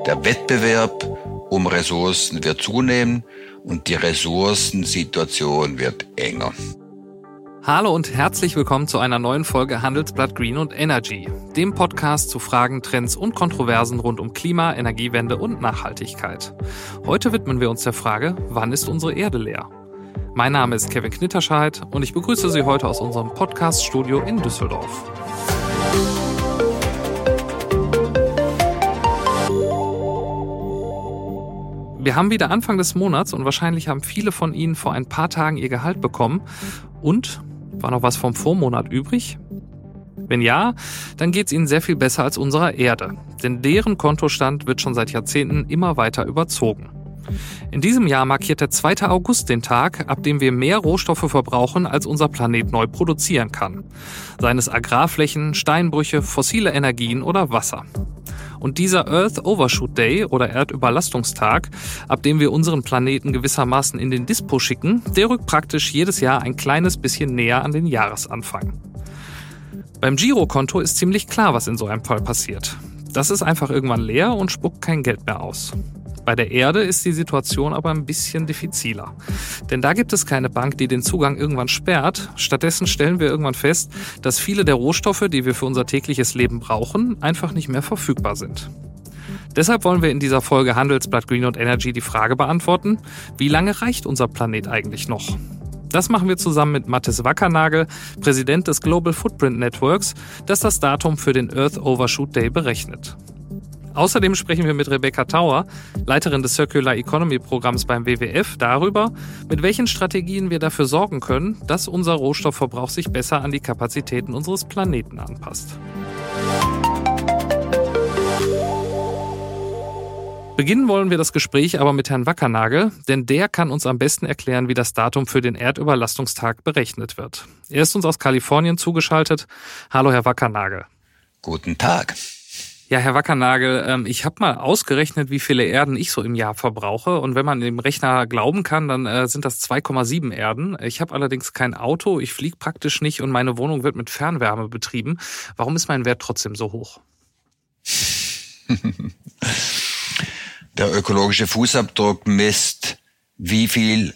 Der Wettbewerb um Ressourcen wird zunehmen und die Ressourcensituation wird enger. Hallo und herzlich willkommen zu einer neuen Folge Handelsblatt Green und Energy, dem Podcast zu Fragen, Trends und Kontroversen rund um Klima, Energiewende und Nachhaltigkeit. Heute widmen wir uns der Frage, wann ist unsere Erde leer? Mein Name ist Kevin Knitterscheid und ich begrüße Sie heute aus unserem Podcast-Studio in Düsseldorf. Wir haben wieder Anfang des Monats und wahrscheinlich haben viele von Ihnen vor ein paar Tagen ihr Gehalt bekommen. Und war noch was vom Vormonat übrig? Wenn ja, dann geht es Ihnen sehr viel besser als unserer Erde, denn deren Kontostand wird schon seit Jahrzehnten immer weiter überzogen. In diesem Jahr markiert der 2. August den Tag, ab dem wir mehr Rohstoffe verbrauchen, als unser Planet neu produzieren kann. Seien es Agrarflächen, Steinbrüche, fossile Energien oder Wasser. Und dieser Earth Overshoot Day oder Erdüberlastungstag, ab dem wir unseren Planeten gewissermaßen in den Dispo schicken, der rückt praktisch jedes Jahr ein kleines bisschen näher an den Jahresanfang. Beim Girokonto ist ziemlich klar, was in so einem Fall passiert. Das ist einfach irgendwann leer und spuckt kein Geld mehr aus. Bei der Erde ist die Situation aber ein bisschen diffiziler. Denn da gibt es keine Bank, die den Zugang irgendwann sperrt. Stattdessen stellen wir irgendwann fest, dass viele der Rohstoffe, die wir für unser tägliches Leben brauchen, einfach nicht mehr verfügbar sind. Deshalb wollen wir in dieser Folge Handelsblatt Green und Energy die Frage beantworten, wie lange reicht unser Planet eigentlich noch? Das machen wir zusammen mit Mathis Wackernagel, Präsident des Global Footprint Networks, das das Datum für den Earth Overshoot Day berechnet. Außerdem sprechen wir mit Rebecca Tauer, Leiterin des Circular Economy Programms beim WWF, darüber, mit welchen Strategien wir dafür sorgen können, dass unser Rohstoffverbrauch sich besser an die Kapazitäten unseres Planeten anpasst. Beginnen wollen wir das Gespräch aber mit Herrn Wackernagel, denn der kann uns am besten erklären, wie das Datum für den Erdüberlastungstag berechnet wird. Er ist uns aus Kalifornien zugeschaltet. Hallo, Herr Wackernagel. Guten Tag. Ja, Herr Wackernagel, ich habe mal ausgerechnet, wie viele Erden ich so im Jahr verbrauche. Und wenn man dem Rechner glauben kann, dann sind das 2,7 Erden. Ich habe allerdings kein Auto, ich fliege praktisch nicht und meine Wohnung wird mit Fernwärme betrieben. Warum ist mein Wert trotzdem so hoch? Der ökologische Fußabdruck misst, wie viel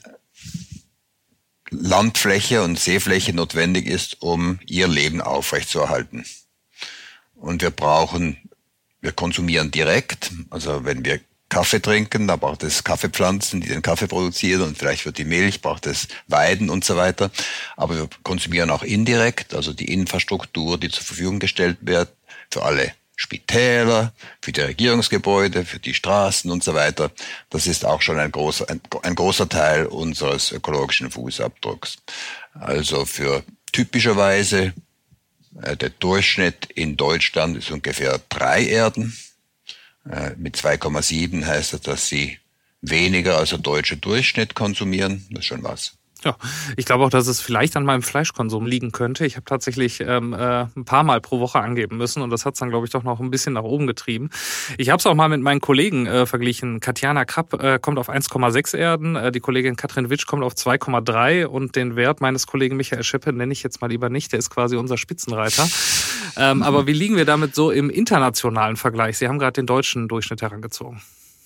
Landfläche und Seefläche notwendig ist, um Ihr Leben aufrechtzuerhalten. Und wir konsumieren direkt, also wenn wir Kaffee trinken, da braucht es Kaffeepflanzen, die den Kaffee produzieren und vielleicht für die Milch braucht es Weiden und so weiter. Aber wir konsumieren auch indirekt, also die Infrastruktur, die zur Verfügung gestellt wird, für alle Spitäler, für die Regierungsgebäude, für die Straßen und so weiter. Das ist auch schon ein großer Teil unseres ökologischen Fußabdrucks. Also für typischerweise der Durchschnitt in Deutschland ist ungefähr 3 Erden. Mit 2,7 heißt das, dass Sie weniger als der deutsche Durchschnitt konsumieren. Das ist schon was. Ja, ich glaube auch, dass es vielleicht an meinem Fleischkonsum liegen könnte. Ich habe tatsächlich ein paar Mal pro Woche angeben müssen und das hat es dann, glaube ich, doch noch ein bisschen nach oben getrieben. Ich habe es auch mal mit meinen Kollegen verglichen. Katjana Krapp kommt auf 1,6 Erden, die Kollegin Katrin Witsch kommt auf 2,3 und den Wert meines Kollegen Michael Scheppe nenne ich jetzt mal lieber nicht, der ist quasi unser Spitzenreiter. Aber wie liegen wir damit so im internationalen Vergleich? Sie haben gerade den deutschen Durchschnitt herangezogen.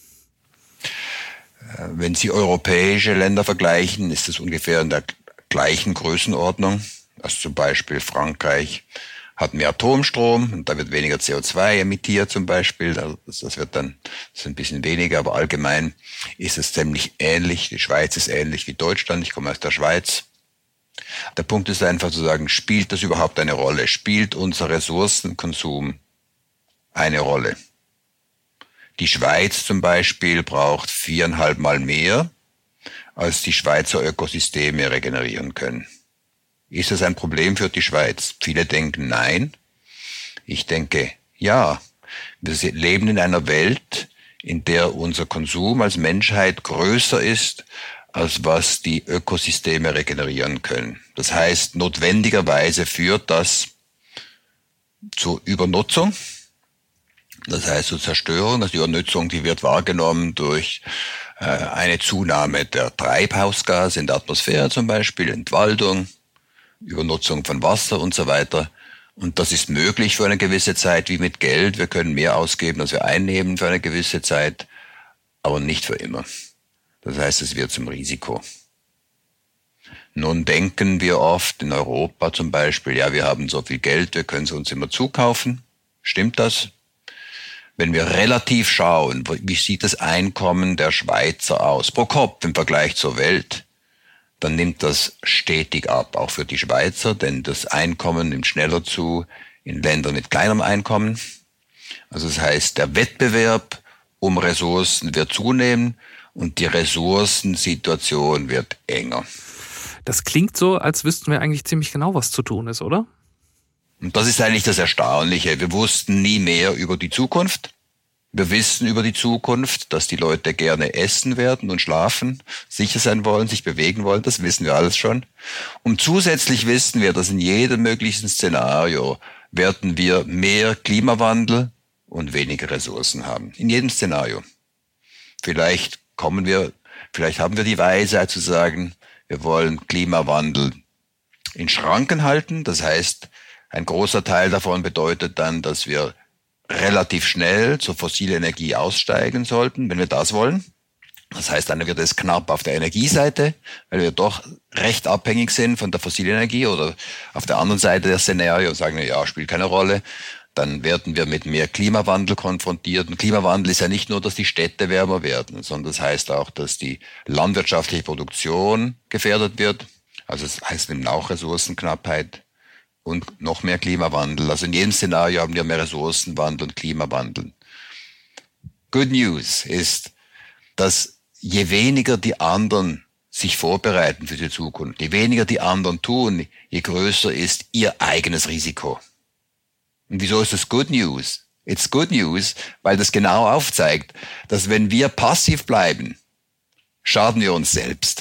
Wenn Sie europäische Länder vergleichen, ist es ungefähr in der gleichen Größenordnung. Also zum Beispiel Frankreich hat mehr Atomstrom und da wird weniger CO2 emittiert zum Beispiel. Das ist ein bisschen weniger, aber allgemein ist es ziemlich ähnlich. Die Schweiz ist ähnlich wie Deutschland. Ich komme aus der Schweiz. Der Punkt ist einfach zu sagen, spielt das überhaupt eine Rolle? Spielt unser Ressourcenkonsum eine Rolle? Die Schweiz zum Beispiel braucht 4,5 Mal mehr, als die Schweizer Ökosysteme regenerieren können. Ist das ein Problem für die Schweiz? Viele denken nein. Ich denke ja. Wir leben in einer Welt, in der unser Konsum als Menschheit größer ist, als was die Ökosysteme regenerieren können. Das heißt, notwendigerweise führt das zur Übernutzung. Das heißt zur Zerstörung, also die Übernutzung, die wird wahrgenommen durch eine Zunahme der Treibhausgase in der Atmosphäre zum Beispiel, Entwaldung, Übernutzung von Wasser und so weiter. Und das ist möglich für eine gewisse Zeit, wie mit Geld. Wir können mehr ausgeben, als wir einnehmen für eine gewisse Zeit, aber nicht für immer. Das heißt, es wird zum Risiko. Nun denken wir oft in Europa zum Beispiel, ja, wir haben so viel Geld, wir können es uns immer zukaufen. Stimmt das? Wenn wir relativ schauen, wie sieht das Einkommen der Schweizer aus, pro Kopf im Vergleich zur Welt, dann nimmt das stetig ab, auch für die Schweizer, denn das Einkommen nimmt schneller zu in Ländern mit kleinem Einkommen. Also das heißt, der Wettbewerb um Ressourcen wird zunehmen und die Ressourcensituation wird enger. Das klingt so, als wüssten wir eigentlich ziemlich genau, was zu tun ist, oder? Und das ist eigentlich das Erstaunliche. Wir wussten nie mehr über die Zukunft. Wir wissen über die Zukunft, dass die Leute gerne essen werden und schlafen, sicher sein wollen, sich bewegen wollen. Das wissen wir alles schon. Und zusätzlich wissen wir, dass in jedem möglichen Szenario werden wir mehr Klimawandel und weniger Ressourcen haben. In jedem Szenario. Vielleicht haben wir die Weisheit zu sagen, wir wollen Klimawandel in Schranken halten. Das heißt, ein großer Teil davon bedeutet dann, dass wir relativ schnell zur fossilen Energie aussteigen sollten, wenn wir das wollen. Das heißt, dann wird es knapp auf der Energieseite, weil wir doch recht abhängig sind von der fossilen Energie, oder auf der anderen Seite der Szenario sagen wir, ja, spielt keine Rolle. Dann werden wir mit mehr Klimawandel konfrontiert. Und Klimawandel ist ja nicht nur, dass die Städte wärmer werden, sondern das heißt auch, dass die landwirtschaftliche Produktion gefährdet wird. Also das heißt eben auch Ressourcenknappheit. Und noch mehr Klimawandel. Also in jedem Szenario haben wir mehr Ressourcenwandel und Klimawandel. Good News ist, dass je weniger die anderen sich vorbereiten für die Zukunft, je weniger die anderen tun, je größer ist ihr eigenes Risiko. Und wieso ist das Good News? It's good news, weil das genau aufzeigt, dass wenn wir passiv bleiben, schaden wir uns selbst.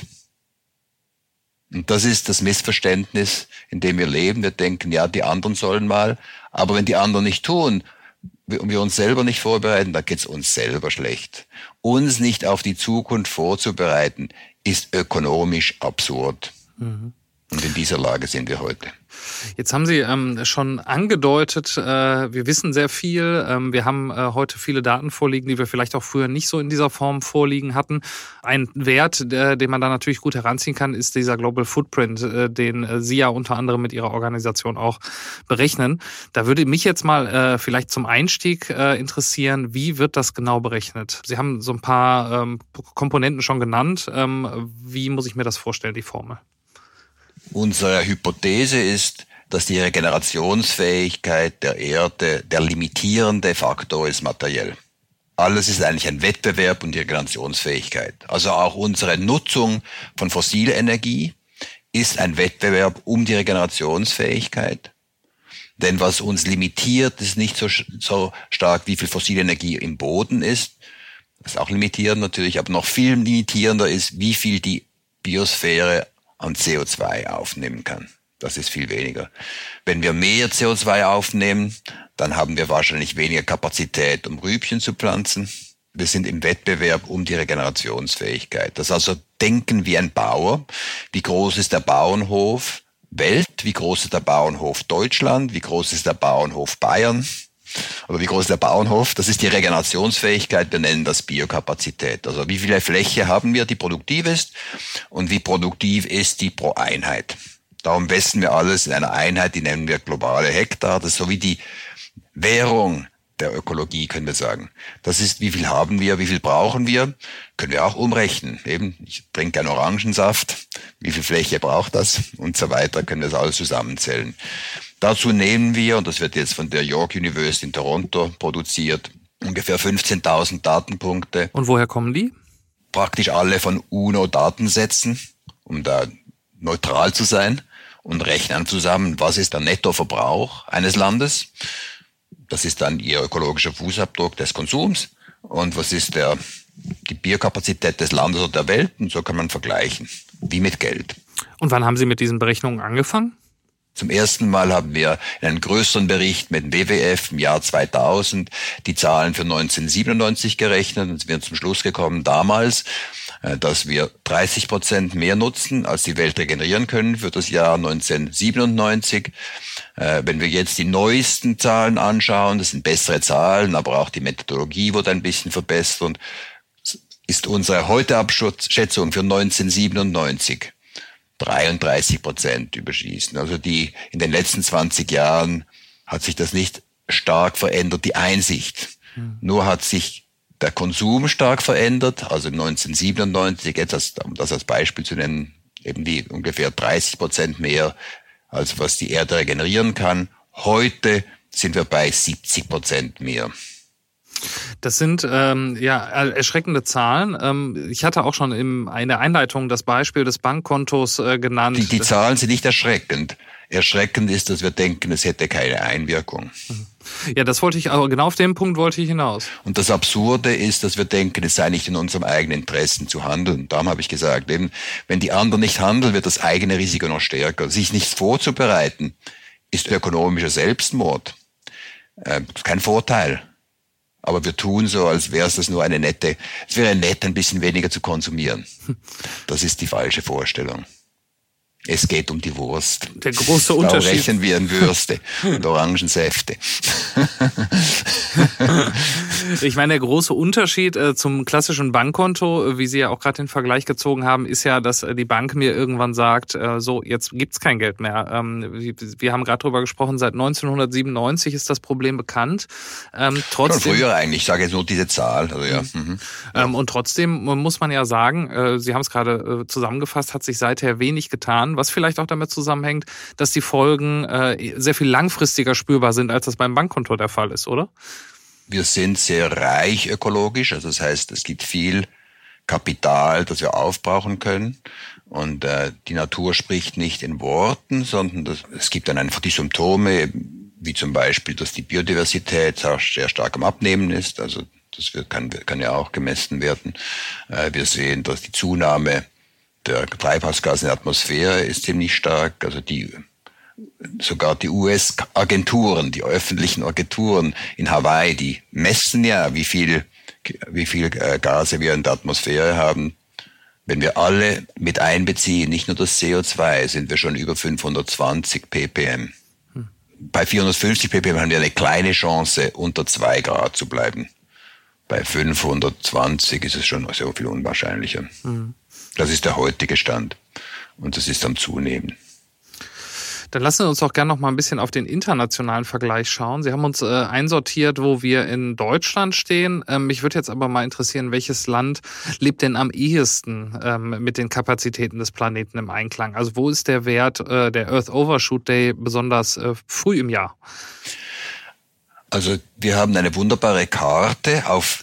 Und das ist das Missverständnis, in dem wir leben. Wir denken, ja, die anderen sollen mal, aber wenn die anderen nicht tun und wir uns selber nicht vorbereiten, dann geht's uns selber schlecht. Uns nicht auf die Zukunft vorzubereiten, ist ökonomisch absurd. Mhm. Und in dieser Lage sind wir heute. Jetzt haben Sie schon angedeutet, wir wissen sehr viel. Wir haben heute viele Daten vorliegen, die wir vielleicht auch früher nicht so in dieser Form vorliegen hatten. Ein Wert, den man da natürlich gut heranziehen kann, ist dieser Global Footprint, den Sie ja unter anderem mit Ihrer Organisation auch berechnen. Da würde mich jetzt mal vielleicht zum Einstieg interessieren, wie wird das genau berechnet? Sie haben so ein paar Komponenten schon genannt. Wie muss ich mir das vorstellen, die Formel? Unsere Hypothese ist, dass die Regenerationsfähigkeit der Erde der limitierende Faktor ist materiell. Alles ist eigentlich ein Wettbewerb um die Regenerationsfähigkeit. Also auch unsere Nutzung von fossiler Energie ist ein Wettbewerb um die Regenerationsfähigkeit. Denn was uns limitiert, ist nicht so stark, wie viel fossile Energie im Boden ist. Das ist auch limitierend natürlich, aber noch viel limitierender ist, wie viel die Biosphäre an CO2 aufnehmen kann. Das ist viel weniger. Wenn wir mehr CO2 aufnehmen, dann haben wir wahrscheinlich weniger Kapazität, um Rübchen zu pflanzen. Wir sind im Wettbewerb um die Regenerationsfähigkeit. Das also denken wie ein Bauer. Wie groß ist der Bauernhof Welt? Wie groß ist der Bauernhof Deutschland? Wie groß ist der Bauernhof Bayern? Oder wie groß ist der Bauernhof? Das ist die Regenerationsfähigkeit, wir nennen das Biokapazität. Also wie viele Fläche haben wir, die produktiv ist, und wie produktiv ist die pro Einheit. Darum messen wir alles in einer Einheit, die nennen wir globale Hektar. Das ist so wie die Währung der Ökologie, können wir sagen. Das ist, wie viel haben wir, wie viel brauchen wir, können wir auch umrechnen. Eben, ich trinke einen Orangensaft, wie viel Fläche braucht das und so weiter, können wir das alles zusammenzählen. Dazu nehmen wir, und das wird jetzt von der York University in Toronto produziert, ungefähr 15.000 Datenpunkte. Und woher kommen die? Praktisch alle von UNO-Datensätzen, um da neutral zu sein, und rechnen zusammen, was ist der Nettoverbrauch eines Landes. Das ist dann ihr ökologischer Fußabdruck des Konsums. Und was ist die Biokapazität des Landes oder der Welt? Und so kann man vergleichen, wie mit Geld. Und wann haben Sie mit diesen Berechnungen angefangen? Zum ersten Mal haben wir in einem größeren Bericht mit dem WWF im Jahr 2000 die Zahlen für 1997 gerechnet und sind zum Schluss gekommen, damals dass wir 30% mehr nutzen, als die Welt regenerieren können für das Jahr 1997. Wenn wir jetzt die neuesten Zahlen anschauen, das sind bessere Zahlen, aber auch die Methodologie wurde ein bisschen verbessert und ist unsere heute Abschätzung für 1997 33% überschießen. Also in den letzten 20 Jahren hat sich das nicht stark verändert, die Einsicht. Nur hat sich der Konsum stark verändert, also 1997, jetzt um das als Beispiel zu nennen, eben die ungefähr 30% mehr, als was die Erde regenerieren kann. Heute sind wir bei 70% mehr. Das sind erschreckende Zahlen. Ich hatte auch schon in der Einleitung das Beispiel des Bankkontos genannt. Die Zahlen sind nicht erschreckend. Erschreckend ist, dass wir denken, es hätte keine Einwirkung. Ja, genau auf den Punkt wollte ich hinaus. Und das Absurde ist, dass wir denken, es sei nicht in unserem eigenen Interessen zu handeln. Darum habe ich gesagt, eben, wenn die anderen nicht handeln, wird das eigene Risiko noch stärker. Sich nichts vorzubereiten, ist ökonomischer Selbstmord. Kein Vorteil. Aber wir tun so, als wäre es wäre nett, ein bisschen weniger zu konsumieren. Das ist die falsche Vorstellung. Es geht um die Wurst. Der große Unterschied. Da rechnen wir in Würste und Orangensäfte. Ich meine, der große Unterschied zum klassischen Bankkonto, wie Sie ja auch gerade den Vergleich gezogen haben, ist ja, dass die Bank mir irgendwann sagt, so, jetzt gibt's kein Geld mehr. Wir haben gerade drüber gesprochen, seit 1997 ist das Problem bekannt. Trotzdem, schon früher eigentlich, ich sage jetzt nur diese Zahl. Also ja. Und trotzdem muss man ja sagen, Sie haben es gerade zusammengefasst, hat sich seither wenig getan, was vielleicht auch damit zusammenhängt, dass die Folgen sehr viel langfristiger spürbar sind, als das beim Bankkonto der Fall ist, oder? Wir sind sehr reich ökologisch, also das heißt, es gibt viel Kapital, das wir aufbrauchen können. Und die Natur spricht nicht in Worten, sondern es gibt dann einfach die Symptome, wie zum Beispiel, dass die Biodiversität sehr stark am Abnehmen ist. Also das kann ja auch gemessen werden. Wir sehen, dass die Zunahme der Treibhausgase in der Atmosphäre ist ziemlich stark. Also sogar die US-Agenturen, die öffentlichen Agenturen in Hawaii, die messen ja, wie viel Gase wir in der Atmosphäre haben. Wenn wir alle mit einbeziehen, nicht nur das CO2, sind wir schon über 520 ppm. Bei 450 ppm haben wir eine kleine Chance, unter 2 Grad zu bleiben. Bei 520 ist es schon sehr viel unwahrscheinlicher. Das ist der heutige Stand. Und das ist am Zunehmen. Dann lassen wir uns doch gerne noch mal ein bisschen auf den internationalen Vergleich schauen. Sie haben uns einsortiert, wo wir in Deutschland stehen. Mich würde jetzt aber mal interessieren, welches Land lebt denn am ehesten mit den Kapazitäten des Planeten im Einklang? Also wo ist der Wert der Earth Overshoot Day besonders früh im Jahr? Also wir haben eine wunderbare Karte auf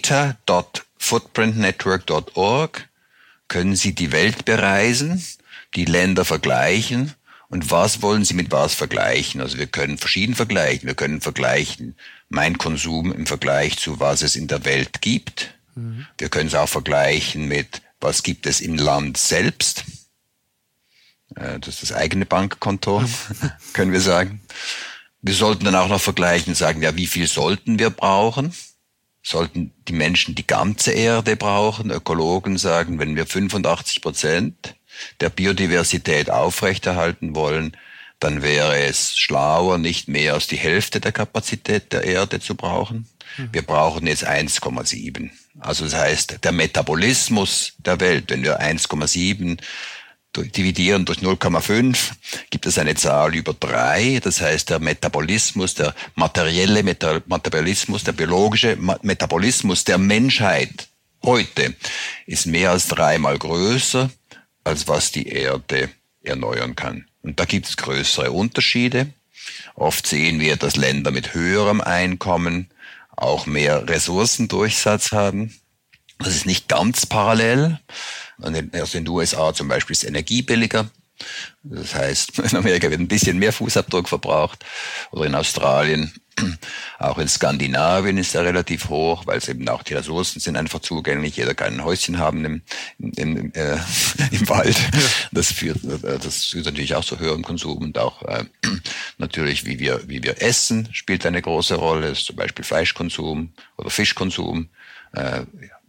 data.footprintnetwork.org. Können Sie die Welt bereisen, die Länder vergleichen. Und was wollen Sie mit was vergleichen? Also wir können verschieden vergleichen. Wir können vergleichen mein Konsum im Vergleich zu was es in der Welt gibt. Wir können es auch vergleichen mit was gibt es im Land selbst. Das ist das eigene Bankkonto, können wir sagen. Wir sollten dann auch noch vergleichen und sagen, ja, wie viel sollten wir brauchen? Sollten die Menschen die ganze Erde brauchen? Ökologen sagen, wenn wir 85% der Biodiversität aufrechterhalten wollen, dann wäre es schlauer, nicht mehr als die Hälfte der Kapazität der Erde zu brauchen. Wir brauchen jetzt 1,7. Also das heißt, der Metabolismus der Welt, wenn wir 1,7 dividieren durch 0,5, gibt es eine Zahl über 3. Das heißt, der Metabolismus, der materielle Metabolismus, der biologische Metabolismus der Menschheit heute ist mehr als 3-mal größer, als was die Erde erneuern kann. Und da gibt es größere Unterschiede. Oft sehen wir, dass Länder mit höherem Einkommen auch mehr Ressourcendurchsatz haben. Das ist nicht ganz parallel. Also in den USA zum Beispiel ist Energie billiger. Das heißt, in Amerika wird ein bisschen mehr Fußabdruck verbraucht. Oder in Australien. Auch in Skandinavien ist er relativ hoch, weil es eben auch die Ressourcen sind einfach zugänglich. Jeder kann ein Häuschen haben im Wald. Das führt natürlich auch zu höherem Konsum und auch natürlich, wie wir essen, spielt eine große Rolle. Das ist zum Beispiel Fleischkonsum oder Fischkonsum.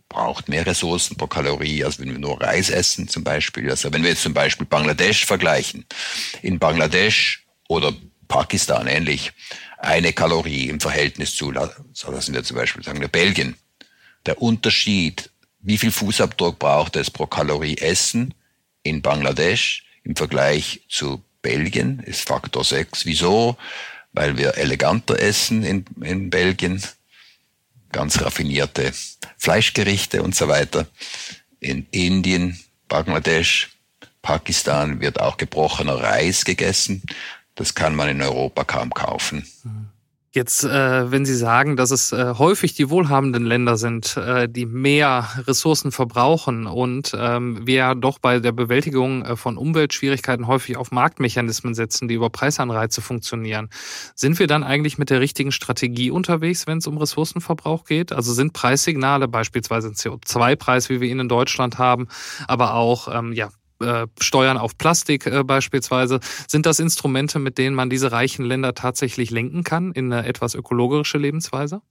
braucht mehr Ressourcen pro Kalorie, als wenn wir nur Reis essen zum Beispiel. Also wenn wir jetzt zum Beispiel Bangladesch vergleichen, in Bangladesch oder Pakistan ähnlich, eine Kalorie im Verhältnis zu, so lassen wir zum Beispiel sagen, Belgien. Der Unterschied, wie viel Fußabdruck braucht es pro Kalorie Essen in Bangladesch im Vergleich zu Belgien, ist Faktor 6. Wieso? Weil wir eleganter essen in Belgien, ganz raffinierte Fleischgerichte und so weiter. In Indien, Bangladesch, Pakistan wird auch gebrochener Reis gegessen. Das kann man in Europa kaum kaufen. Jetzt, wenn Sie sagen, dass es häufig die wohlhabenden Länder sind, die mehr Ressourcen verbrauchen und wir doch bei der Bewältigung von Umweltschwierigkeiten häufig auf Marktmechanismen setzen, die über Preisanreize funktionieren, sind wir dann eigentlich mit der richtigen Strategie unterwegs, wenn es um Ressourcenverbrauch geht? Also sind Preissignale, beispielsweise ein CO2-Preis, wie wir ihn in Deutschland haben, aber auch Steuern auf Plastik beispielsweise. Sind das Instrumente, mit denen man diese reichen Länder tatsächlich lenken kann in eine etwas ökologische Lebensweise?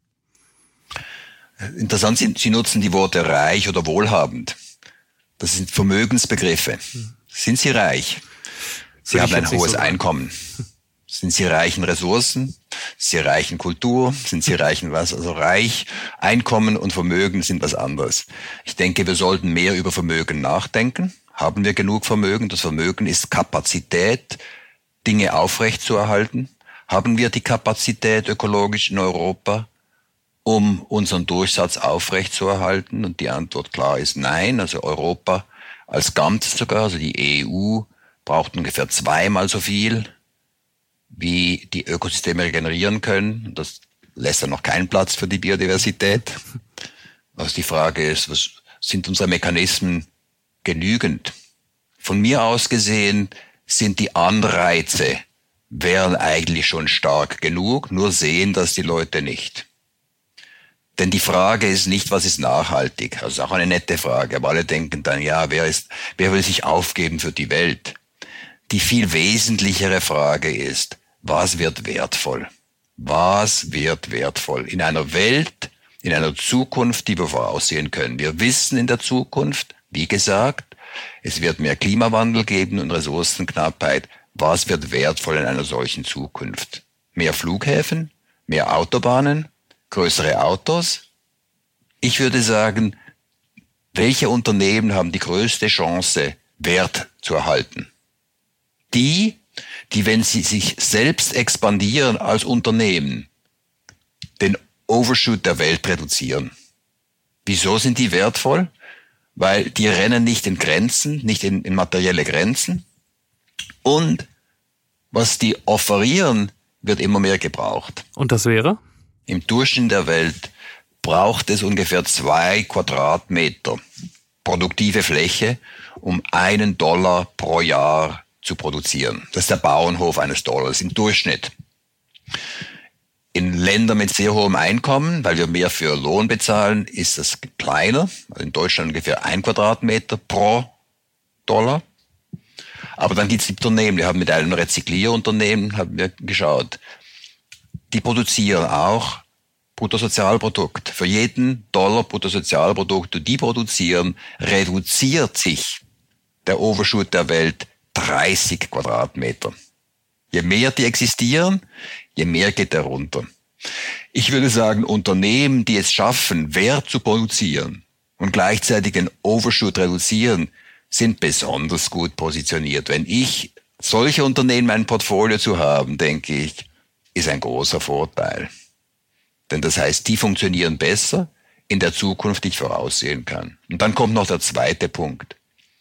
Interessant, Sie nutzen die Worte reich oder wohlhabend. Das sind Vermögensbegriffe. Sind Sie reich? Sie haben ein hohes Einkommen. Sind Sie reich in Ressourcen? Sind Sie reich in Kultur? Sind Sie reich in was? Also reich, Einkommen und Vermögen sind was anderes. Ich denke, wir sollten mehr über Vermögen nachdenken. Haben wir genug Vermögen? Das Vermögen ist Kapazität, Dinge aufrechtzuerhalten. Haben wir die Kapazität ökologisch in Europa, um unseren Durchsatz aufrechtzuerhalten? Und die Antwort klar ist nein. Also Europa als Ganzes sogar, also die EU, braucht ungefähr 2-mal so viel, wie die Ökosysteme regenerieren können. Das lässt dann noch keinen Platz für die Biodiversität. Also die Frage ist, was sind unsere Mechanismen genügend? Von mir aus gesehen sind die Anreize, wären eigentlich schon stark genug, nur sehen das die Leute nicht. Denn die Frage ist nicht, was ist nachhaltig? Das ist auch eine nette Frage, aber alle denken dann, ja, wer will sich aufgeben für die Welt? Die viel wesentlichere Frage ist, was wird wertvoll? Was wird wertvoll in einer Welt, in einer Zukunft, die wir voraussehen können? Wir wissen in der Zukunft, wie gesagt, es wird mehr Klimawandel geben und Ressourcenknappheit. Was wird wertvoll in einer solchen Zukunft? Mehr Flughäfen? Mehr Autobahnen? Größere Autos? Ich würde sagen, welche Unternehmen haben die größte Chance, Wert zu erhalten? Die, wenn sie sich selbst expandieren als Unternehmen, den Overshoot der Welt reduzieren. Wieso sind die wertvoll? Weil die rennen nicht in Grenzen, nicht in materielle Grenzen. Und was die offerieren, wird immer mehr gebraucht. Und das wäre? Im Durchschnitt der Welt braucht es ungefähr 2 Quadratmeter produktive Fläche, um $1 pro Jahr zu produzieren. Das ist der Bauernhof eines Dollars im Durchschnitt. In Ländern mit sehr hohem Einkommen, weil wir mehr für Lohn bezahlen, ist das kleiner. Also in Deutschland ungefähr 1 Quadratmeter pro Dollar. Aber dann gibt es die Unternehmen, wir haben mit einem Rezyklierunternehmen haben wir geschaut. Die produzieren auch Bruttosozialprodukt. Für jeden Dollar Bruttosozialprodukt, die produzieren, reduziert sich der Overshoot der Welt 30 Quadratmeter. Je mehr die existieren, je mehr geht er runter. Ich würde sagen, Unternehmen, die es schaffen, Wert zu produzieren und gleichzeitig den Overshoot reduzieren, sind besonders gut positioniert. Wenn ich solche Unternehmen in meinem Portfolio zu haben, denke ich, ist ein großer Vorteil. Denn das heißt, die funktionieren besser in der Zukunft, die ich voraussehen kann. Und dann kommt noch der zweite Punkt.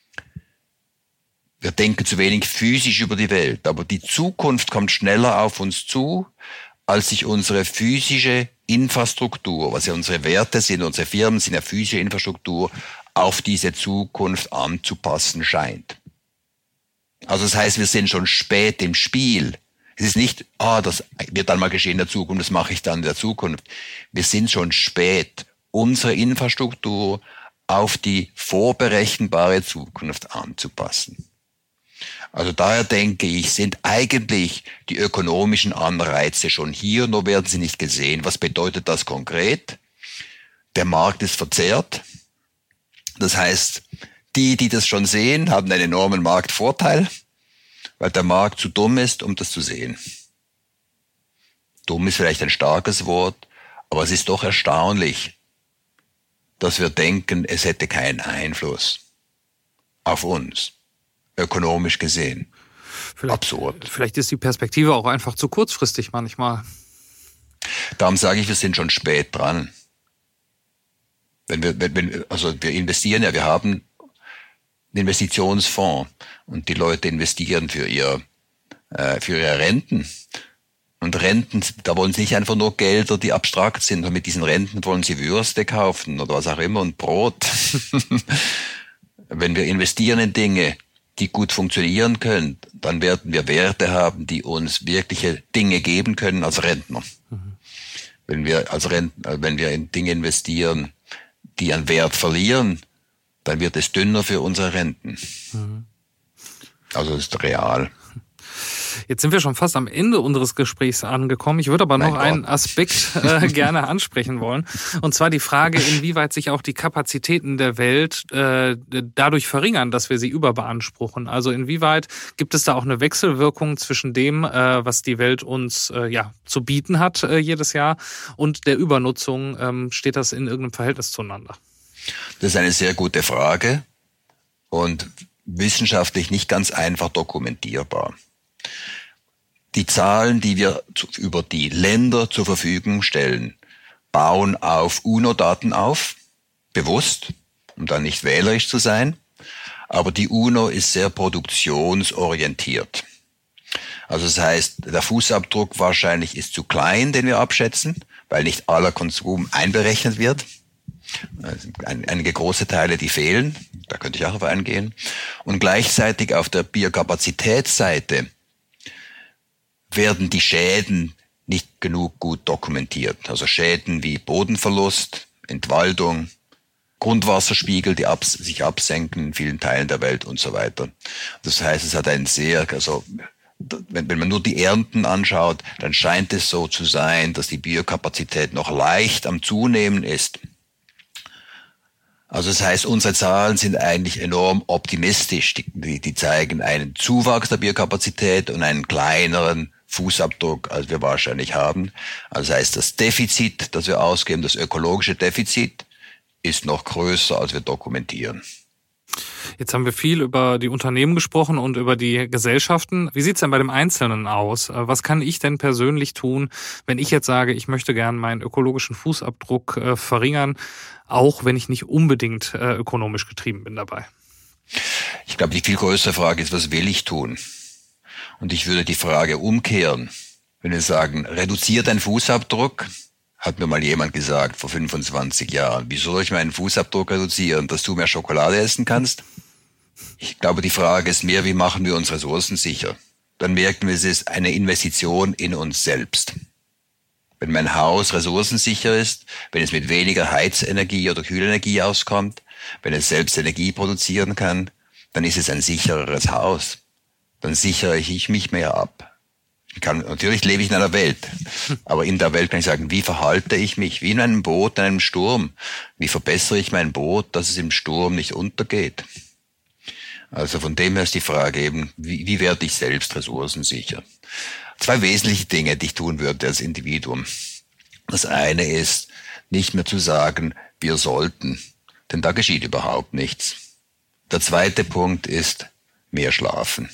Wir denken zu wenig physisch über die Welt, aber die Zukunft kommt schneller auf uns zu, als sich unsere physische Infrastruktur, was ja unsere Werte sind, unsere Firmen sind ja physische Infrastruktur, auf diese Zukunft anzupassen scheint. Also das heißt, wir sind schon spät im Spiel. Es ist nicht, das wird dann mal geschehen in der Zukunft, das mache ich dann in der Zukunft. Wir sind schon spät, unsere Infrastruktur auf die vorberechenbare Zukunft anzupassen. Also daher denke ich, sind eigentlich die ökonomischen Anreize schon hier, nur werden sie nicht gesehen. Was bedeutet das konkret? Der Markt ist verzerrt. Das heißt, die das schon sehen, haben einen enormen Marktvorteil, weil der Markt zu dumm ist, um das zu sehen. Dumm ist vielleicht ein starkes Wort, aber es ist doch erstaunlich, dass wir denken, es hätte keinen Einfluss auf uns, ökonomisch gesehen. Absurd. Vielleicht ist die Perspektive auch einfach zu kurzfristig manchmal. Darum sage ich, wir sind schon spät dran. Wir investieren ja, wir haben einen Investitionsfonds und die Leute investieren für ihre Renten. Und Renten, da wollen sie nicht einfach nur Gelder, die abstrakt sind. Und mit diesen Renten wollen sie Würste kaufen oder was auch immer und Brot. Wenn wir investieren in Dinge, die gut funktionieren können, dann werden wir Werte haben, die uns wirkliche Dinge geben können als Rentner. Mhm. Wenn wir in Dinge investieren, die an Wert verlieren, dann wird es dünner für unsere Renten. Mhm. Also das ist real. Jetzt sind wir schon fast am Ende unseres Gesprächs angekommen. Ich würde aber noch einen Aspekt gerne ansprechen wollen. Und zwar die Frage, inwieweit sich auch die Kapazitäten der Welt dadurch verringern, dass wir sie überbeanspruchen. Also inwieweit gibt es da auch eine Wechselwirkung zwischen dem, was die Welt uns zu bieten hat jedes Jahr und der Übernutzung? Steht das in irgendeinem Verhältnis zueinander? Das ist eine sehr gute Frage und wissenschaftlich nicht ganz einfach dokumentierbar. Die Zahlen, die wir über die Länder zur Verfügung stellen, bauen auf UNO-Daten auf, bewusst, um dann nicht wählerisch zu sein. Aber die UNO ist sehr produktionsorientiert. Also das heißt, der Fußabdruck wahrscheinlich ist zu klein, den wir abschätzen, weil nicht aller Konsum einberechnet wird. Also einige große Teile, die fehlen, da könnte ich auch auf eingehen. Und gleichzeitig auf der Biokapazitätsseite werden die Schäden nicht genug gut dokumentiert. Also Schäden wie Bodenverlust, Entwaldung, Grundwasserspiegel, die sich absenken in vielen Teilen der Welt und so weiter. Das heißt, es hat wenn man nur die Ernten anschaut, dann scheint es so zu sein, dass die Biokapazität noch leicht am Zunehmen ist. Also das heißt, unsere Zahlen sind eigentlich enorm optimistisch. Die zeigen einen Zuwachs der Biokapazität und einen kleineren Fußabdruck, als wir wahrscheinlich haben. Also das heißt, das Defizit, das wir ausgeben, das ökologische Defizit, ist noch größer, als wir dokumentieren. Jetzt haben wir viel über die Unternehmen gesprochen und über die Gesellschaften. Wie sieht's denn bei dem Einzelnen aus? Was kann ich denn persönlich tun, wenn ich jetzt sage, ich möchte gern meinen ökologischen Fußabdruck verringern, auch wenn ich nicht unbedingt ökonomisch getrieben bin dabei? Ich glaube, die viel größere Frage ist, was will ich tun? Und ich würde die Frage umkehren. Wenn wir sagen, reduziere deinen Fußabdruck, hat mir mal jemand gesagt vor 25 Jahren, wieso soll ich meinen Fußabdruck reduzieren, dass du mehr Schokolade essen kannst? Ich glaube, die Frage ist mehr, wie machen wir uns ressourcensicher? Dann merken wir, es ist eine Investition in uns selbst. Wenn mein Haus ressourcensicher ist, wenn es mit weniger Heizenergie oder Kühlenergie auskommt, wenn es selbst Energie produzieren kann, dann ist es ein sichereres Haus. Dann sichere ich mich mehr ab. Natürlich lebe ich in einer Welt, aber in der Welt kann ich sagen, wie verhalte ich mich? Wie in einem Boot, in einem Sturm. Wie verbessere ich mein Boot, dass es im Sturm nicht untergeht? Also von dem her ist die Frage eben, wie werde ich selbst ressourcensicher? 2 wesentliche Dinge, die ich tun würde als Individuum. Das eine ist, nicht mehr zu sagen, wir sollten, denn da geschieht überhaupt nichts. Der zweite Punkt ist, mehr schlafen.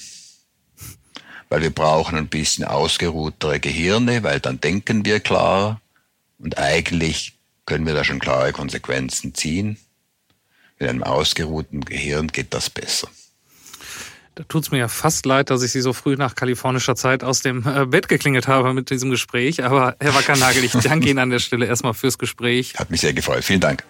Weil wir brauchen ein bisschen ausgeruhtere Gehirne, weil dann denken wir klar und eigentlich können wir da schon klare Konsequenzen ziehen. Mit einem ausgeruhten Gehirn geht das besser. Da tut's mir ja fast leid, dass ich Sie so früh nach kalifornischer Zeit aus dem Bett geklingelt habe mit diesem Gespräch. Aber Herr Wackernagel, ich danke Ihnen an der Stelle erstmal fürs Gespräch. Hat mich sehr gefreut. Vielen Dank.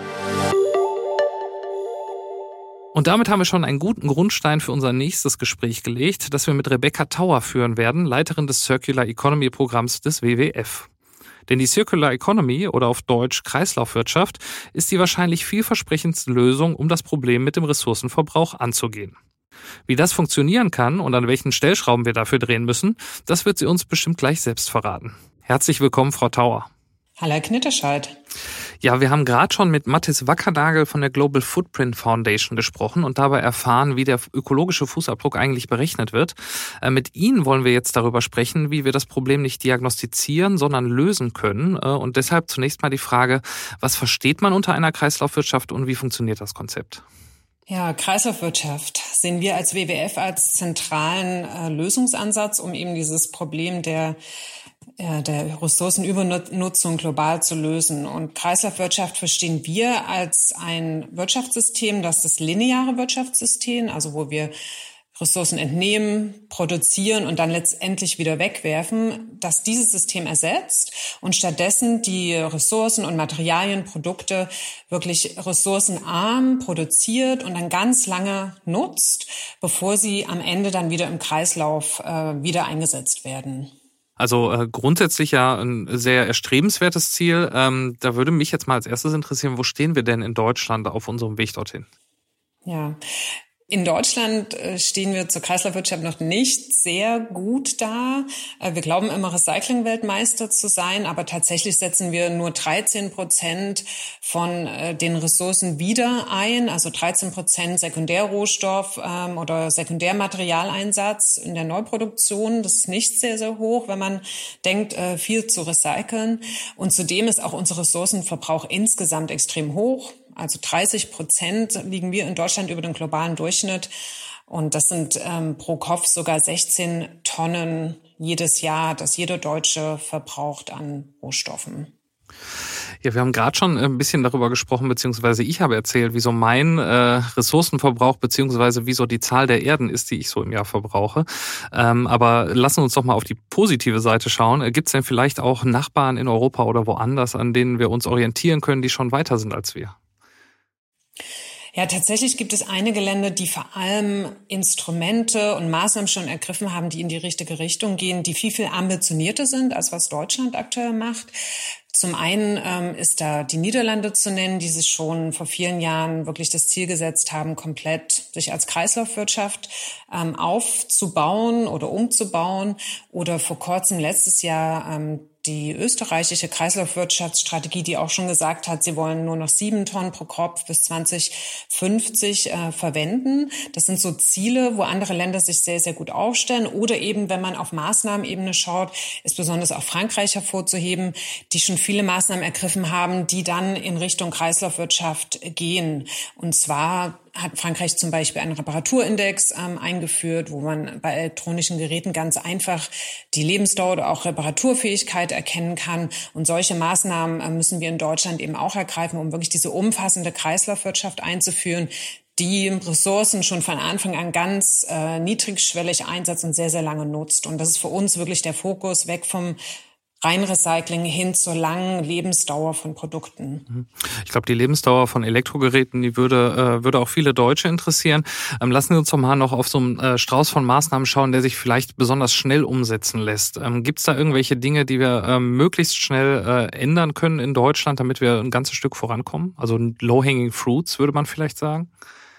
Und damit haben wir schon einen guten Grundstein für unser nächstes Gespräch gelegt, das wir mit Rebecca Tauer führen werden, Leiterin des Circular Economy Programms des WWF. Denn die Circular Economy oder auf Deutsch Kreislaufwirtschaft ist die wahrscheinlich vielversprechendste Lösung, um das Problem mit dem Ressourcenverbrauch anzugehen. Wie das funktionieren kann und an welchen Stellschrauben wir dafür drehen müssen, das wird sie uns bestimmt gleich selbst verraten. Herzlich willkommen, Frau Tauer. Hallo, Herr Knitterscheid. Ja, wir haben gerade schon mit Matthis Wackernagel von der Global Footprint Foundation gesprochen und dabei erfahren, wie der ökologische Fußabdruck eigentlich berechnet wird. Mit Ihnen wollen wir jetzt darüber sprechen, wie wir das Problem nicht diagnostizieren, sondern lösen können. Und deshalb zunächst mal die Frage, was versteht man unter einer Kreislaufwirtschaft und wie funktioniert das Konzept? Ja, Kreislaufwirtschaft sehen wir als WWF als zentralen Lösungsansatz, um eben dieses Problem der Ressourcenübernutzung global zu lösen. Und Kreislaufwirtschaft verstehen wir als ein Wirtschaftssystem, das lineare Wirtschaftssystem, also wo wir Ressourcen entnehmen, produzieren und dann letztendlich wieder wegwerfen, dass dieses System ersetzt und stattdessen die Ressourcen und Materialien, Produkte wirklich ressourcenarm produziert und dann ganz lange nutzt, bevor sie am Ende dann wieder im Kreislauf wieder eingesetzt werden. Also grundsätzlich ja ein sehr erstrebenswertes Ziel. Da würde mich jetzt mal als erstes interessieren, wo stehen wir denn in Deutschland auf unserem Weg dorthin? Ja. In Deutschland stehen wir zur Kreislaufwirtschaft noch nicht sehr gut da. Wir glauben immer, Recycling-Weltmeister zu sein, aber tatsächlich setzen wir nur 13% von den Ressourcen wieder ein, also 13% Sekundärrohstoff oder Sekundärmaterialeinsatz in der Neuproduktion. Das ist nicht sehr, sehr hoch, wenn man denkt, viel zu recyceln. Und zudem ist auch unser Ressourcenverbrauch insgesamt extrem hoch. Also 30% liegen wir in Deutschland über dem globalen Durchschnitt. Und das sind pro Kopf sogar 16 Tonnen jedes Jahr, das jeder Deutsche verbraucht an Rohstoffen. Ja, wir haben gerade schon ein bisschen darüber gesprochen, beziehungsweise ich habe erzählt, wieso mein Ressourcenverbrauch, beziehungsweise wieso die Zahl der Erden ist, die ich so im Jahr verbrauche. Aber lassen wir uns doch mal auf die positive Seite schauen. Gibt es denn vielleicht auch Nachbarn in Europa oder woanders, an denen wir uns orientieren können, die schon weiter sind als wir? Ja, tatsächlich gibt es einige Länder, die vor allem Instrumente und Maßnahmen schon ergriffen haben, die in die richtige Richtung gehen, die viel, viel ambitionierter sind, als was Deutschland aktuell macht. Zum einen ist da die Niederlande zu nennen, die sich schon vor vielen Jahren wirklich das Ziel gesetzt haben, komplett sich als Kreislaufwirtschaft aufzubauen oder umzubauen. Oder vor kurzem letztes Jahr die österreichische Kreislaufwirtschaftsstrategie, die auch schon gesagt hat, sie wollen nur noch 7 Tonnen pro Kopf bis 2050 verwenden. Das sind so Ziele, wo andere Länder sich sehr, sehr gut aufstellen. Oder eben, wenn man auf Maßnahmenebene schaut, ist besonders auch Frankreich hervorzuheben, die schon viele Maßnahmen ergriffen haben, die dann in Richtung Kreislaufwirtschaft gehen. Und zwar hat Frankreich zum Beispiel einen Reparaturindex eingeführt, wo man bei elektronischen Geräten ganz einfach die Lebensdauer oder auch Reparaturfähigkeit erkennen kann. Und solche Maßnahmen müssen wir in Deutschland eben auch ergreifen, um wirklich diese umfassende Kreislaufwirtschaft einzuführen, die Ressourcen schon von Anfang an ganz niedrigschwellig einsetzt und sehr, sehr lange nutzt. Und das ist für uns wirklich der Fokus, weg vom Reinrecycling hin zur langen Lebensdauer von Produkten. Ich glaube, die Lebensdauer von Elektrogeräten, die würde auch viele Deutsche interessieren. Lassen Sie uns doch mal noch auf so einen Strauß von Maßnahmen schauen, der sich vielleicht besonders schnell umsetzen lässt. Gibt es da irgendwelche Dinge, die wir möglichst schnell ändern können in Deutschland, damit wir ein ganzes Stück vorankommen? Also low-hanging fruits, würde man vielleicht sagen?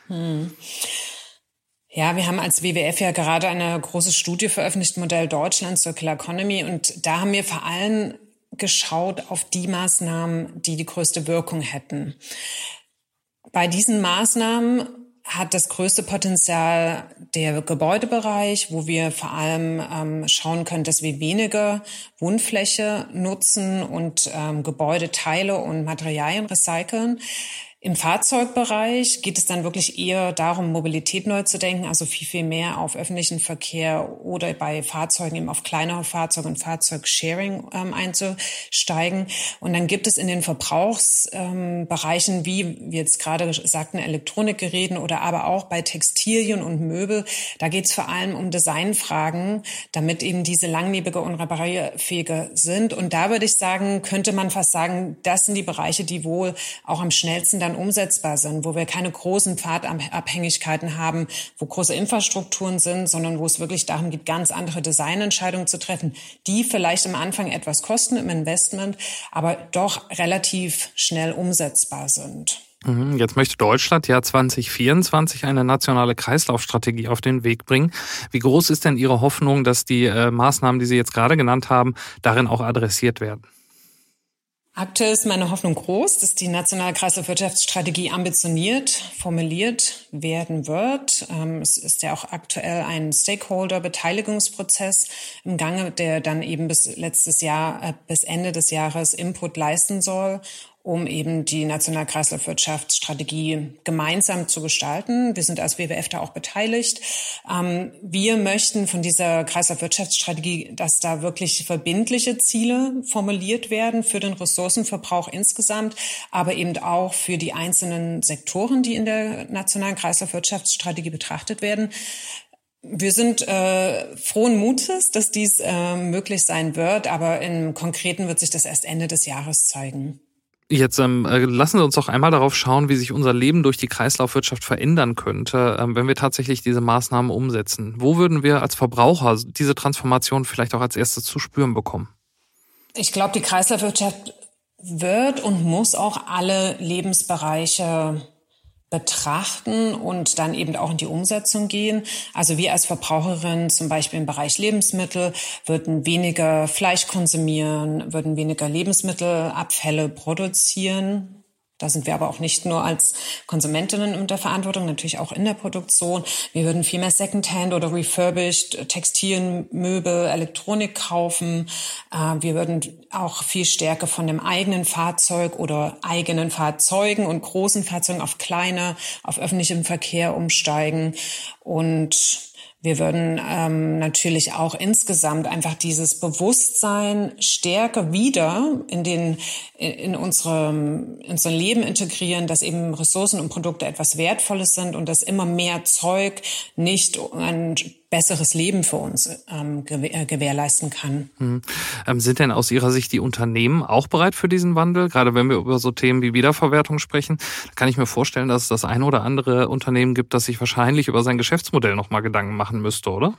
Ja, wir haben als WWF ja gerade eine große Studie veröffentlicht, Modell Deutschland, Circular Economy. Und da haben wir vor allem geschaut auf die Maßnahmen, die die größte Wirkung hätten. Bei diesen Maßnahmen hat das größte Potenzial der Gebäudebereich, wo wir vor allem schauen können, dass wir weniger Wohnfläche nutzen und Gebäudeteile und Materialien recyceln. Im Fahrzeugbereich geht es dann wirklich eher darum, Mobilität neu zu denken, also viel, viel mehr auf öffentlichen Verkehr oder bei Fahrzeugen eben auf kleinere Fahrzeuge und Fahrzeugsharing einzusteigen. Und dann gibt es in den Verbrauchsbereichen, wie wir jetzt gerade sagten, Elektronikgeräten oder aber auch bei Textilien und Möbel, da geht es vor allem um Designfragen, damit eben diese langlebige und reparierfähige sind. Und da würde ich sagen, könnte man fast sagen, das sind die Bereiche, die wohl auch am schnellsten dann umsetzbar sind, wo wir keine großen Pfadabhängigkeiten haben, wo große Infrastrukturen sind, sondern wo es wirklich darum geht, ganz andere Designentscheidungen zu treffen, die vielleicht am Anfang etwas kosten im Investment, aber doch relativ schnell umsetzbar sind. Jetzt möchte Deutschland ja 2024 eine nationale Kreislaufstrategie auf den Weg bringen. Wie groß ist denn Ihre Hoffnung, dass die Maßnahmen, die Sie jetzt gerade genannt haben, darin auch adressiert werden? Aktuell ist meine Hoffnung groß, dass die nationale Kreislaufwirtschaftsstrategie ambitioniert formuliert werden wird. Es ist ja auch aktuell ein Stakeholder-Beteiligungsprozess im Gange, der dann eben bis Ende des Jahres Input leisten soll, um eben die nationale Kreislaufwirtschaftsstrategie gemeinsam zu gestalten. Wir sind als WWF da auch beteiligt. Wir möchten von dieser Kreislaufwirtschaftsstrategie, dass da wirklich verbindliche Ziele formuliert werden für den Ressourcenverbrauch insgesamt, aber eben auch für die einzelnen Sektoren, die in der nationalen Kreislaufwirtschaftsstrategie betrachtet werden. Wir sind frohen Mutes, dass dies möglich sein wird, aber im Konkreten wird sich das erst Ende des Jahres zeigen. Jetzt lassen Sie uns doch einmal darauf schauen, wie sich unser Leben durch die Kreislaufwirtschaft verändern könnte, wenn wir tatsächlich diese Maßnahmen umsetzen. Wo würden wir als Verbraucher diese Transformation vielleicht auch als erstes zu spüren bekommen? Ich glaube, die Kreislaufwirtschaft wird und muss auch alle Lebensbereiche betrachten und dann eben auch in die Umsetzung gehen. Also wir als Verbraucherin, zum Beispiel im Bereich Lebensmittel, würden weniger Fleisch konsumieren, würden weniger Lebensmittelabfälle produzieren. Da sind wir aber auch nicht nur als Konsumentinnen in der Verantwortung, natürlich auch in der Produktion. Wir würden viel mehr Secondhand oder refurbished Textilien, Möbel, Elektronik kaufen. Wir würden auch viel stärker von dem eigenen Fahrzeug oder eigenen Fahrzeugen und großen Fahrzeugen auf kleine, auf öffentlichem Verkehr umsteigen. Und wir würden natürlich auch insgesamt einfach dieses Bewusstsein stärker wieder in unser Leben integrieren, dass eben Ressourcen und Produkte etwas Wertvolles sind und dass immer mehr Zeug nicht ein besseres Leben für uns gewährleisten kann. Sind denn aus Ihrer Sicht die Unternehmen auch bereit für diesen Wandel? Gerade wenn wir über so Themen wie Wiederverwertung sprechen, kann ich mir vorstellen, dass es das ein oder andere Unternehmen gibt, das sich wahrscheinlich über sein Geschäftsmodell nochmal Gedanken machen müsste, oder?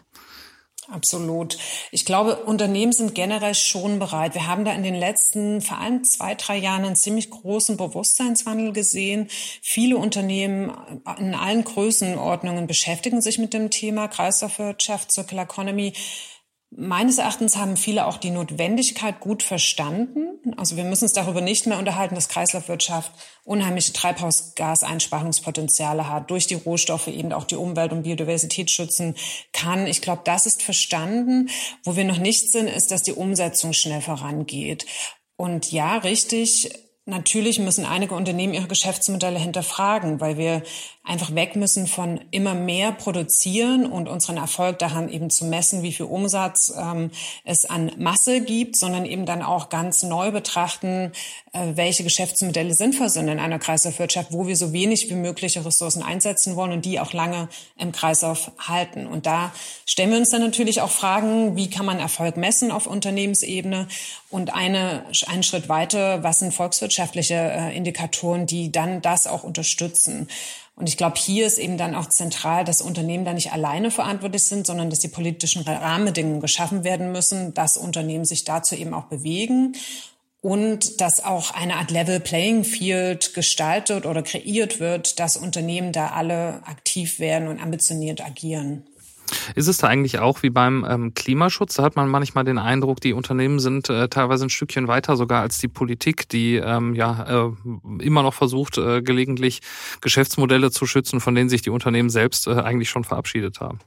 Absolut. Ich glaube, Unternehmen sind generell schon bereit. Wir haben da in den letzten, vor allem 2-3 Jahren, einen ziemlich großen Bewusstseinswandel gesehen. Viele Unternehmen in allen Größenordnungen beschäftigen sich mit dem Thema Kreislaufwirtschaft, Circular Economy. Meines Erachtens haben viele auch die Notwendigkeit gut verstanden. Also wir müssen uns darüber nicht mehr unterhalten, dass Kreislaufwirtschaft unheimliche Treibhausgaseinsparungspotenziale hat, durch die Rohstoffe eben auch die Umwelt und Biodiversität schützen kann. Ich glaube, das ist verstanden. Wo wir noch nicht sind, ist, dass die Umsetzung schnell vorangeht. Und ja, richtig, natürlich müssen einige Unternehmen ihre Geschäftsmodelle hinterfragen, weil wir einfach weg müssen von immer mehr produzieren und unseren Erfolg daran eben zu messen, wie viel Umsatz es an Masse gibt, sondern eben dann auch ganz neu betrachten, welche Geschäftsmodelle sinnvoll sind in einer Kreislaufwirtschaft, wo wir so wenig wie mögliche Ressourcen einsetzen wollen und die auch lange im Kreislauf halten. Und da stellen wir uns dann natürlich auch Fragen, wie kann man Erfolg messen auf Unternehmensebene? Und einen Schritt weiter, was sind volkswirtschaftliche Indikatoren, die dann das auch unterstützen? Und ich glaube, hier ist eben dann auch zentral, dass Unternehmen da nicht alleine verantwortlich sind, sondern dass die politischen Rahmenbedingungen geschaffen werden müssen, dass Unternehmen sich dazu eben auch bewegen und dass auch eine Art Level Playing Field gestaltet oder kreiert wird, dass Unternehmen da alle aktiv werden und ambitioniert agieren. Ist es da eigentlich auch wie beim Klimaschutz? Da hat man manchmal den Eindruck, die Unternehmen sind teilweise ein Stückchen weiter sogar als die Politik, die immer noch versucht, gelegentlich Geschäftsmodelle zu schützen, von denen sich die Unternehmen selbst eigentlich schon verabschiedet haben.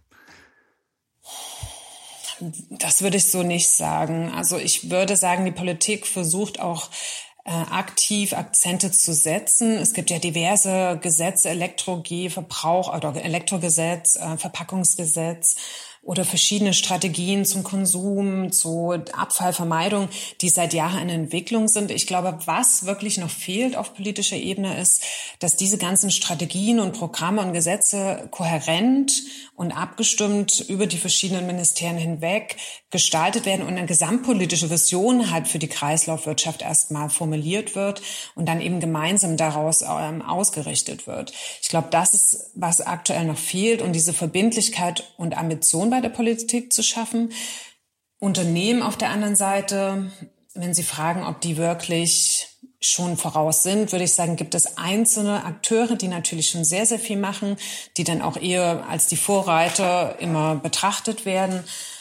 Das würde ich so nicht sagen. Also ich würde sagen, die Politik versucht auch aktiv Akzente zu setzen. Es gibt ja diverse Gesetze, Verbrauch oder Elektrogesetz, Verpackungsgesetz oder verschiedene Strategien zum Konsum, zur Abfallvermeidung, die seit Jahren in Entwicklung sind. Ich glaube, was wirklich noch fehlt auf politischer Ebene ist, dass diese ganzen Strategien und Programme und Gesetze kohärent und abgestimmt über die verschiedenen Ministerien hinweg gestaltet werden und eine gesamtpolitische Vision halt für die Kreislaufwirtschaft erstmal formuliert wird und dann eben gemeinsam daraus ausgerichtet wird. Ich glaube, das ist, was aktuell noch fehlt und diese Verbindlichkeit und Ambition bei der Politik zu schaffen. Unternehmen auf der anderen Seite, wenn Sie fragen, ob die wirklich schon voraus sind, würde ich sagen, gibt es einzelne Akteure, die natürlich schon sehr, sehr viel machen, die dann auch eher als die Vorreiter immer betrachtet werden.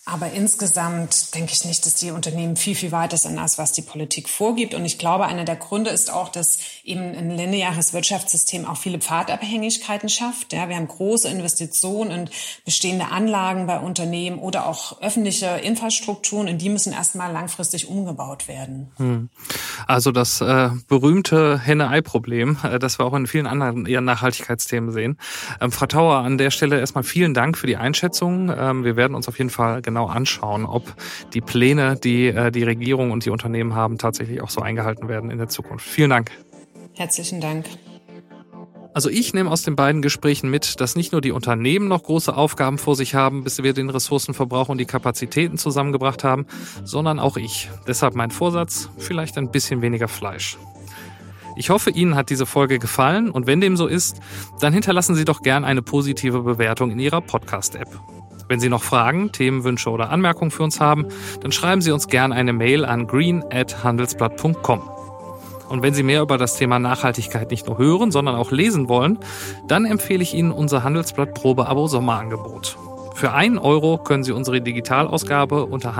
Aber insgesamt denke ich nicht, dass die Unternehmen viel, viel weiter sind, als was die Politik vorgibt. Und ich glaube, einer der Gründe ist auch, dass eben ein lineares Wirtschaftssystem auch viele Pfadabhängigkeiten schafft. Ja, wir haben große Investitionen in bestehende Anlagen bei Unternehmen oder auch öffentliche Infrastrukturen, und die müssen erstmal langfristig umgebaut werden. Also das berühmte Henne-Ei-Problem, das wir auch in vielen anderen eher Nachhaltigkeitsthemen sehen. Frau Tauer, an der Stelle erstmal vielen Dank für die Einschätzung. Wir werden uns auf jeden Fall genau anschauen, ob die Pläne, die die Regierung und die Unternehmen haben, tatsächlich auch so eingehalten werden in der Zukunft. Vielen Dank. Herzlichen Dank. Also ich nehme aus den beiden Gesprächen mit, dass nicht nur die Unternehmen noch große Aufgaben vor sich haben, bis wir den Ressourcenverbrauch und die Kapazitäten zusammengebracht haben, sondern auch ich. Deshalb mein Vorsatz, vielleicht ein bisschen weniger Fleisch. Ich hoffe, Ihnen hat diese Folge gefallen, und wenn dem so ist, dann hinterlassen Sie doch gern eine positive Bewertung in Ihrer Podcast-App. Wenn Sie noch Fragen, Themenwünsche oder Anmerkungen für uns haben, dann schreiben Sie uns gern eine Mail an green@handelsblatt.com. Und wenn Sie mehr über das Thema Nachhaltigkeit nicht nur hören, sondern auch lesen wollen, dann empfehle ich Ihnen unser Handelsblatt Probeabo Sommerangebot. Für 1 Euro können Sie unsere Digitalausgabe unter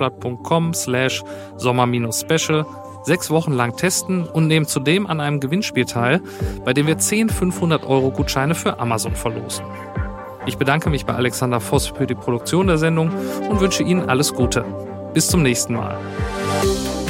handelsblatt.com/sommer-special 6 Wochen lang testen und nehmen zudem an einem Gewinnspiel teil, bei dem wir 10 500-Euro-Gutscheine für Amazon verlosen. Ich bedanke mich bei Alexander Voss für die Produktion der Sendung und wünsche Ihnen alles Gute. Bis zum nächsten Mal.